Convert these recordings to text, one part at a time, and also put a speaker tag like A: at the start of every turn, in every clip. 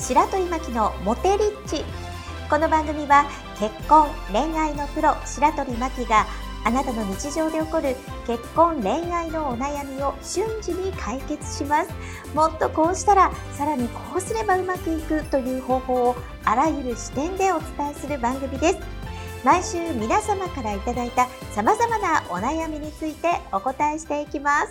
A: 白鳥真希のモテリッチ。この番組は結婚恋愛のプロ白鳥真希があなたの日常で起こる結婚恋愛のお悩みを瞬時に解決します。もっとこうしたらさらにこうすればうまくいくという方法をあらゆる視点でお伝えする番組です。毎週皆様からいただいたさまざまなお悩みについてお答えしていきます。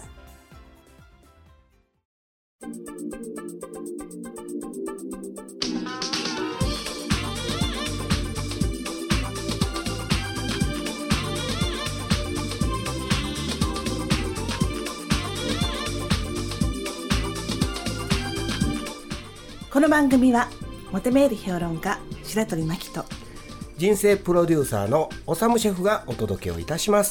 B: この番組はモテメール評論家白鳥真希と
C: 人生プロデューサーのおさむシェフがお届けをいたします。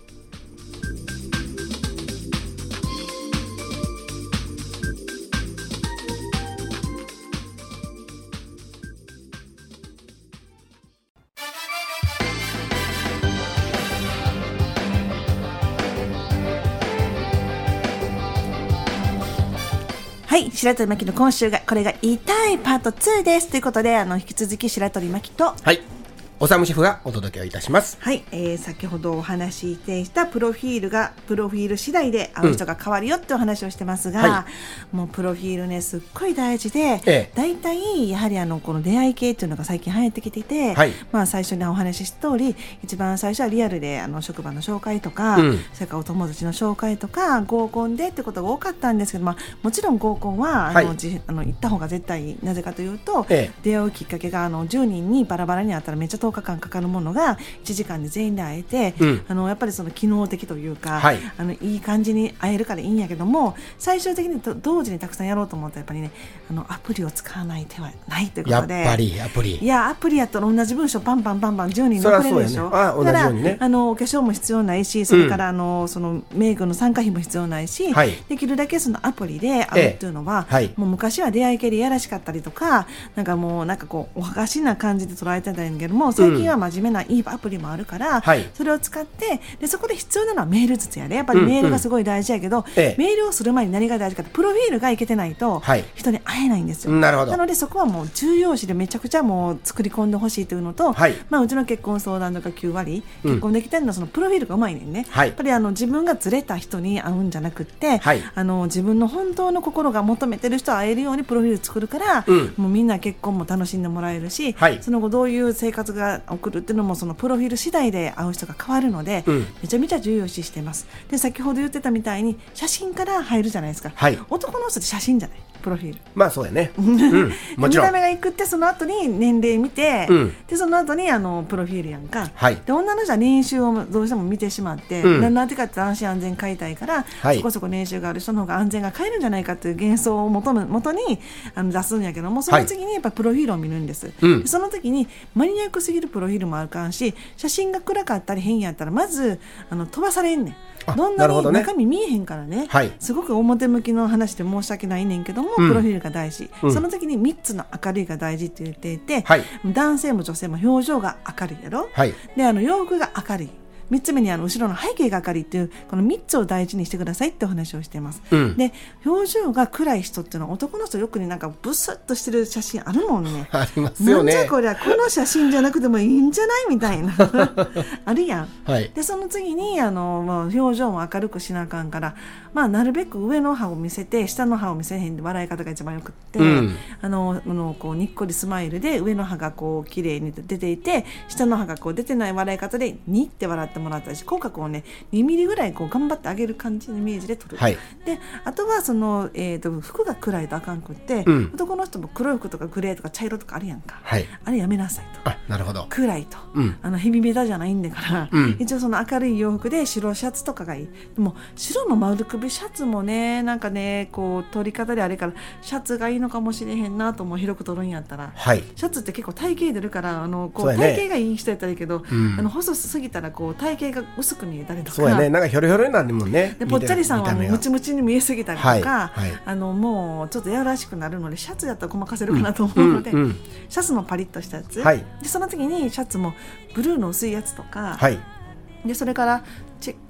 B: はい、白鳥真希の今週がこれが言いたいパート2ですということで、引き続き白鳥真希と
C: おさむシェフがお届けをいたします。
B: はい、先ほどお話ししたプロフィール次第で会う人が変わるよってお話をしてますが、もうプロフィールねすっごい大事で、だいたいやはりこの出会い系っていうのが最近流行ってきていて、最初にお話しした通り一番最初はリアルで職場の紹介とか、それからお友達の紹介とか合コンでってことが多かったんですけど、もちろん合コンは行った方が絶対なぜかというと、出会うきっかけが10人にバラバラに会ったらめっちゃ10日間かかるものが1時間で全員で会えて、やっぱりその機能的というか、いい感じに会えるからいいんやけども、最終的に同時にたくさんやろうと思ったらやっぱりねアプリを使わない手はないということで、
C: やっぱりアプリ
B: やったら同じ文章バンバン10人送れるでしょ。だから、お化粧も必要ないし、それから、そのメイクの参加費も必要ないし、できるだけそのアプリで会うっていうのは、もう昔は出会い系でやらしかったりとか、なんかこうおかしな感じで捉えてたんだけども、最近は真面目ないいアプリもあるから、それを使って、でそこで必要なのはメールずつやで、やっぱりメールがすごい大事やけど、メールをする前に何が大事かって、プロフィールがいけてないと人に会えないんですよ。なのでそこはもう重要視でめちゃくちゃもう作り込んでほしいというのと、うちの結婚相談とか9割結婚できてるのはそのプロフィールがうまいねんね。やっぱり自分がずれた人に会うんじゃなくって、自分の本当の心が求めてる人は会えるようにプロフィール作るから、もうみんな結婚も楽しんでもらえるし、その後どういう生活が送るっていうのもそのプロフィール次第で会う人が変わるので、めちゃめちゃ重要視してます。で先ほど言ってたみたいに写真から入るじゃないですか、男の人って写真じゃないプロフィール。
C: そうやね、
B: もちろん見た目がいくって、その後に年齢見て、でその後にプロフィールやんか、で女の人は年収をどうしても見てしまって、なんてかって安心安全買いたいから、そこそこ年収がある人の方が安全が買えるんじゃないかという幻想を元に出すんやけども、その次にやっぱプロフィールを見るんです、でその時にマニアックすぎるプロフィールもあかんし、写真が暗かったり変やったらまず飛ばされんねん。どんなに中身見えへんからね、すごく表向きの話で申し訳ないねんけども、プロフィールが大事、その時に3つの明るいが大事って言っていて、男性も女性も表情が明るいやろ、で洋服が明るい、3つ目に後ろの背景が明るいっていうこの3つを大事にしてくださいってお話をしています、で表情が暗い人っていうのは男の人よくになんかブスッとしてる写真あるもんね。
C: ありますよね。
B: なんじゃこりゃ、この写真じゃなくてもいいんじゃないみたいなあるやん、でその次に表情も明るくしなあかんから、なるべく上の歯を見せて下の歯を見せへんで笑い方が一番よくって、こうにっこりスマイルで上の歯がこう綺麗に出ていて、下の歯がこう出てない笑い方でにって笑ってもらったりし、口角をね2ミリぐらいこう頑張ってあげる感じのイメージで撮る、であとはその、服が暗いとあかんくって、男の人も黒い服とかグレーとか茶色とかあるやんか、あれやめなさいと。
C: なるほど。
B: 暗いと、ヘビメタじゃないんだから、一応その明るい洋服で白シャツとかがいい。でも白の丸首シャツもね、なんかねこう取り方であれからシャツがいいのかもしれへんなとも、広く取るんやったら、シャツって結構体型出るからこう体型がいい人やったらいいけど、細すぎたらこう体型が薄く見えたりとか、
C: そうやね、なんかヒョロヒョロになるもんね。
B: でぽっちゃりさんはムチムチに見えすぎたりとか、もうちょっとやらしくなるので、シャツやったらごまかせるかなと思うので、シャツもパリッとしたやつ、でその次にシャツもブルーの薄いやつとか、でそれからチ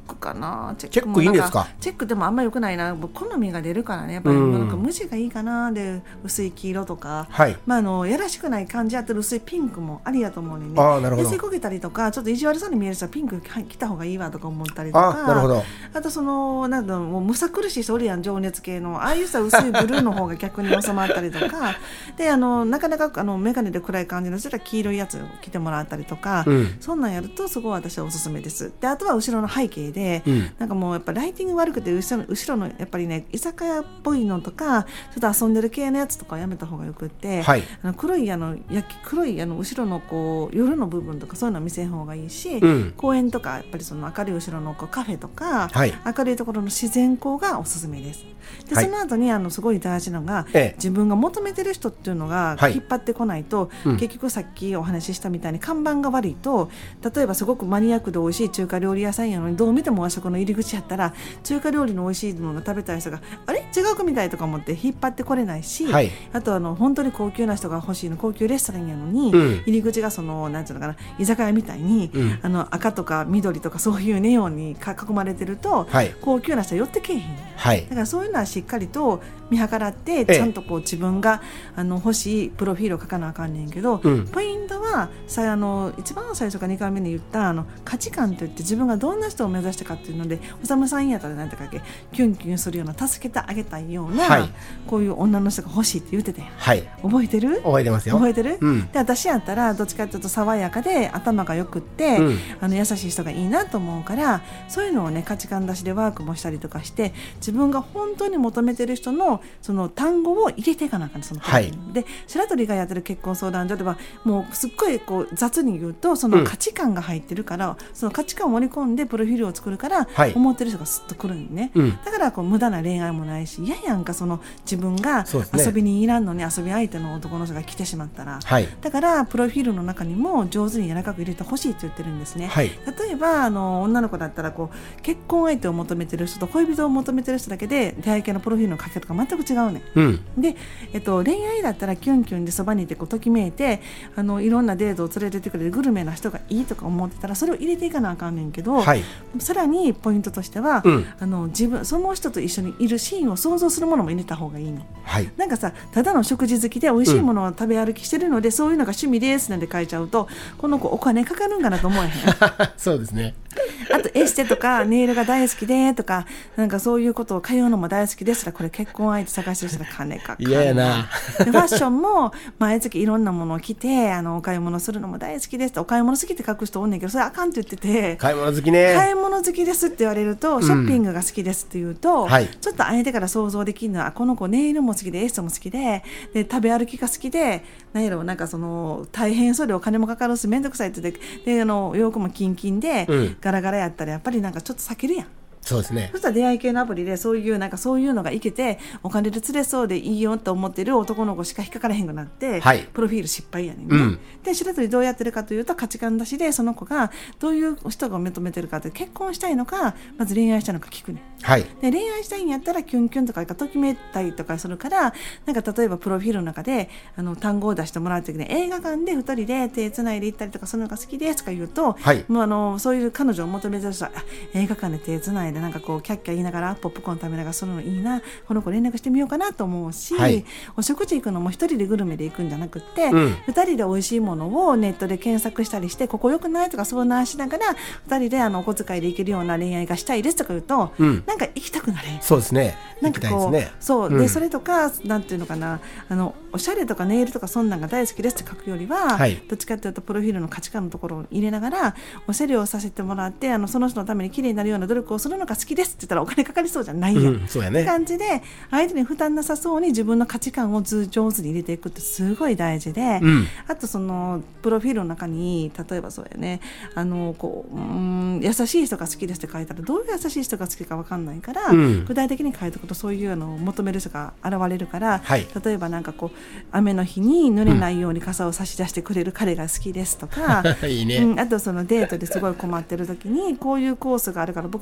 B: クかな。
C: チェックいいんですか。
B: チェックでもあんまり良くないな。好みが出るからね。やっぱりなんか無地がいいかな。で薄い黄色とか、はい、やらしくない感じやったら薄いピンクもありやと思うねんね。
C: あ、なるほど。
B: 痩せこけたりとかちょっと意地悪そうに見える人はピンク着た方がいいわとか思ったりとか。
C: なるほど。
B: あとなんだもうむさ苦しい人おるやん、情熱系のああいう人は薄いブルーの方が逆に収まったりとかでなかなかメガネで暗い感じの人は黄色いやつを着てもらったりとか、そんなんやるとすごい私はおすすめです。であとは後ろの背景で、なんかもうやっぱライティング悪くて後ろのやっぱりね居酒屋っぽいのとかちょっと遊んでる系のやつとかやめた方がよくって、はい、黒い後ろのこう夜の部分とかそういうのは見せん方がいいし、公園とかやっぱりその明るい後ろのカフェとか、はい、明るいところの自然光がおすすめです。で、その後にすごい大事なのが、自分が求めてる人っていうのが引っ張ってこないと、結局さっきお話ししたみたいに看板が悪いと、例えばすごくマニアックで美味しい中華料理屋さんやのにどう見ても和食の入り口やったら中華料理の美味しいのが食べたい人があれ違うかみたいとか思って引っ張ってこれないし、はい、あと本当に高級な人が欲しいの高級レストランやのに、入り口がなんていうのかな居酒屋みたいに、赤とか緑とかそういうネオンに囲まれてると、はい、高級な人は寄ってけえへん、はい、だからそういうのはしっかりと見計らってちゃんとこう自分が欲しいプロフィールを書かなあかんねんけど、ポイントは一番最初か2回目に言った価値観といって自分がどんな人を目指したかっていうので、おさむさんやったら何てかけキュンキュンするような助けてあげたいような、はい、こういう女の人が欲しいって言ってたやん、はい、覚えてる？
C: 覚えてますよ。
B: 覚えてる？で私やったらどっちかというと爽やかで頭がよくって、優しい人がいいなと思うから、そういうのをね価値観出しでワークもしたりとかして自分が本当に求めてる人のその単語を入れていかなあかん、その、はい、で白鳥がやってる結婚相談所ではもうすっごいこう雑に言うとその価値観が入ってるから、その価値観を盛り込んでプロフィールを作るから、はい、思ってる人がスッと来るんね、だからこう無駄な恋愛もないし、嫌やんか自分が遊びにいらんのに遊び相手の男の人が来てしまったら、はい、だからプロフィールの中にも上手に柔らかく入れてほしいって言ってるんですね、はい、例えば女の子だったらこう結婚相手を求めてる人と恋人を求めてる人だけで出会い系のプロフィールの書き方が全く違うね、で、恋愛だったらキュンキュンでそばにいてこうときめいていろんなデートを連れてってくれるグルメな人がいいとか思ってたらそれを入れていかなあかんねんけど、はい、さらにポイントとしては、自分その人と一緒にいるシーンを想像するものも入れた方がいいの、はい、なんかさただの食事好きで美味しいものを食べ歩きしてるので、そういうのが趣味ですなんて書いちゃうとこの子お金かかるんかなと思えへん
C: そうですね。
B: あとエステとかネイルが大好きでとかなんかそういうことを通うのも大好きですらこれ結婚相手探してる人が金かかる。
C: 嫌やな。
B: でファッションも毎月いろんなものを着てお買い物するのも大好きですって、お買い物好きって書く人おんねんけどそれあかんって言ってて、
C: 買い物好きね、
B: 買い物好きですって言われると、ショッピングが好きですって言うと、はい、ちょっと相手から想像できるのはこの子ネイルも好きでエステも好きで食べ歩きが好きでなんか大変そうでお金もかかるしめんどくさいって言ってで洋服もキンキンで、ガラガラやったらやっぱりなんかちょっと避けるやん。
C: そうですね。
B: そしたら出会い系のアプリでそういうのがいけてお金で釣れそうでいいよと思ってる男の子しか引っかからへんくなって、はい、プロフィール失敗やねんね、で白鳥どうやってるかというと価値観出しでその子がどういう人が求めてるかって結婚したいのかまず恋愛したいのか聞くねん、はい、で恋愛したいんやったらキュンキュンとかときめいたりとかするからなんか例えばプロフィールの中で単語を出してもらうときに映画館で2人で手つないで行ったりとかそういうのが好きですとか言うと、はい、もうそういう彼女を求めてる人は映画館で手つないでなんかこうキャッキャ言いながらポップコーン食べながらそのいいなこの子連絡してみようかなと思うし、はい、お食事行くのも一人でグルメで行くんじゃなくって、二人で美味しいものをネットで検索したりしてここ良くないとか相談しながら二人でお小遣いで行けるような恋愛がしたいですとか言うと、なんか行きたくなる。
C: そうですね。
B: なんかこう、ね、そうで、それとかなんていうのかなおしゃれとかネイルとかそんなんが大好きですって書くよりは、はい、どっちかというとプロフィールの価値観のところを入れながらおしゃれをさせてもらってその人のために綺麗になるような努力をするのが好きですって言ったらお金かかりそうじゃないやん、そうやね、感じで相手に負担なさそうに自分の価値観を上手に入れていくってすごい大事で、あとプロフィールの中に例えばそうやね優しい人が好きですって書いたらどういう優しい人が好きか分かんないから、具体的に書いておくとそういうのを求める人が現れるから、はい、例えばなんかこう雨の日に濡れないように傘を差し出してくれる彼が好きですとか、いいね、あとデートですごい困ってる時にこういうコースがあるから僕取っとこ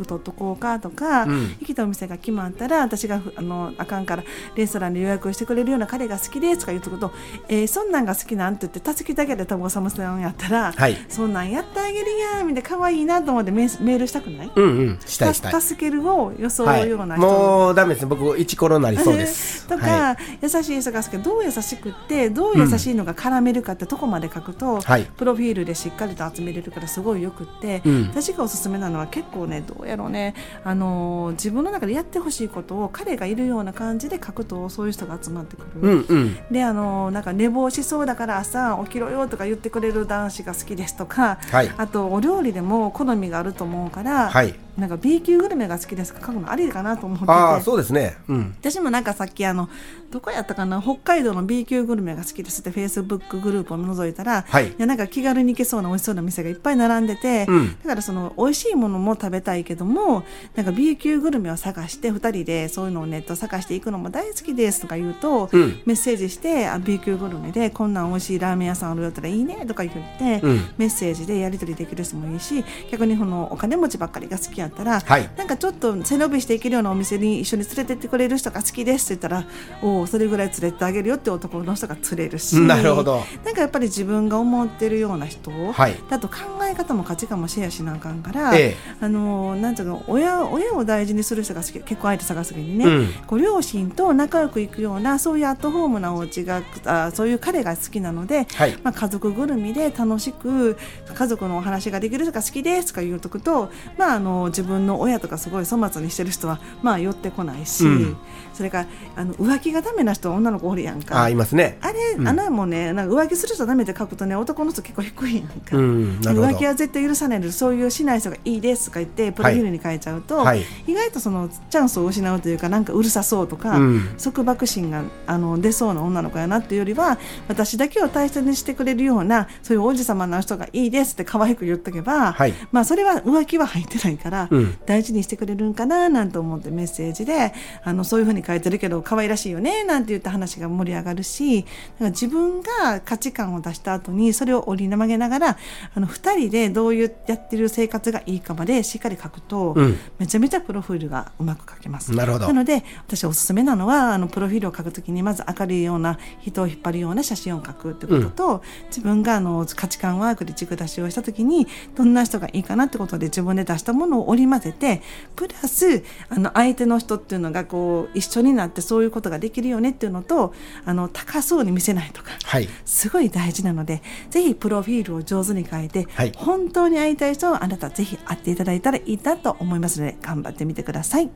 B: こうかとか、行きたお店が決まったら私があかんからレストランで予約をしてくれるような彼が好きですとか言うとこと、そんなんが好きなんって言って助けてあげて多分おさむさんやったら、そんなんやってあげるやんみたいな可愛いなと思ってメールしたくない？
C: したい
B: 助けるを装うような人、
C: もうダメです。僕イチコロになりそうです
B: とか、優しい人が好きどう優しくってどう優しいのが絡めるかってとこまで書くと、プロフィールでしっかりと集めれるからすごいよくって、私がおすすめなのは結構ねどうやろうね、自分の中でやってほしいことを彼がいるような感じで書くとそういう人が集まってくる、でなんか寝坊しそうだから朝起きろよとか言ってくれる男子が好きですとか、あとお料理でも好みがあると思うから、なんか B 級グルメが好きですか書くのありかなと思ってて、
C: そうですね、
B: 私もなんかさっきどこやったかな、北海道の B 級グルメが好きですってフェイスブックグループを覗いたら、いやなんか気軽に行けそうな美味しそうな店がいっぱい並んでて、だからその美味しいものも食べたいけどもなんか B 級グルメを探して2人でそういうのをネット探していくのも大好きですとか言うと、メッセージしてB 級グルメでこんなん美味しいラーメン屋さんあるよったらいいねとか言って、メッセージでやり取りできる人もいいし、逆にお金持ちばっかりが好きやったら、なんかちょっと背伸びしていけるようなお店に一緒に連れてってくれる人が好きですって言ったらそれぐらい連れてあげるよって男の人が釣れるし、
C: なるほど、
B: なんかやっぱり自分が思ってるような人、だと考え方も価値観もシェアしなあかんから、なんていうの親を大事にする人が好き、結婚相手探す時にね、ご両親と仲良くいくようなそういうアットホームなお家がそういう彼が好きなので、家族ぐるみで楽しく家族のお話ができる人が好きですとか言うとくと、自分の親とかすごい粗末にしてる人は寄ってこないし、それから浮気がダメな人は女の子おるやんか、
C: いますね。
B: あれ、もねなんか浮気する人ダメって書くとね男の人結構低いやんか、浮気は絶対許さないのでそういうしない人がいいですとか言ってプロフィールに書いちゃうと、意外とそのチャンスを失うというか、なんかうるさそうとか、束縛心が出そうな女の子やなっていうよりは、私だけを大切にしてくれるようなそういう王子様の人がいいですって可愛く言っとけば、それは浮気は入ってないから、大事にしてくれるんかななんて思ってメッセージでそういう風に書いてるけど可愛らしいよねなんて言った話が盛り上がるし、だから自分が価値観を出した後にそれを折り曲げながら2人でどういうやってる生活がいいかまでしっかり書くと、めちゃめちゃプロフィールがうまく書けます。
C: なるほど。
B: なので私おすすめなのはプロフィールを書くときにまず明るいような人を引っ張るような写真を書くってことと、自分が価値観ワークで軸出しをしたときにどんな人がいいかなってことで自分で出したものを織り交ぜて、プラス相手の人っていうのがこう一緒になってそういうことができるよねっていうのと高そうに見せないとか、すごい大事なので、ぜひプロフィールを上手に書いて、本当に会いたい人をあなたぜひ会っていただいたらいいなと思いますので頑張ってみてください。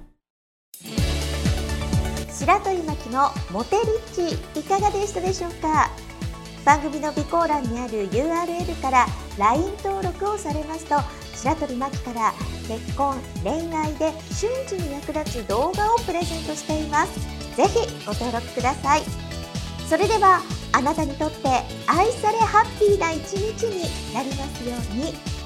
A: 白鳥真希のモテリッチいかがでしたでしょうか。番組の備考欄にある URL から LINE 登録をされますと、白鳥真希から結婚・恋愛で瞬時に役立つ動画をプレゼントしています。ぜひご登録ください。それではあなたにとって愛されハッピーな一日になりますように。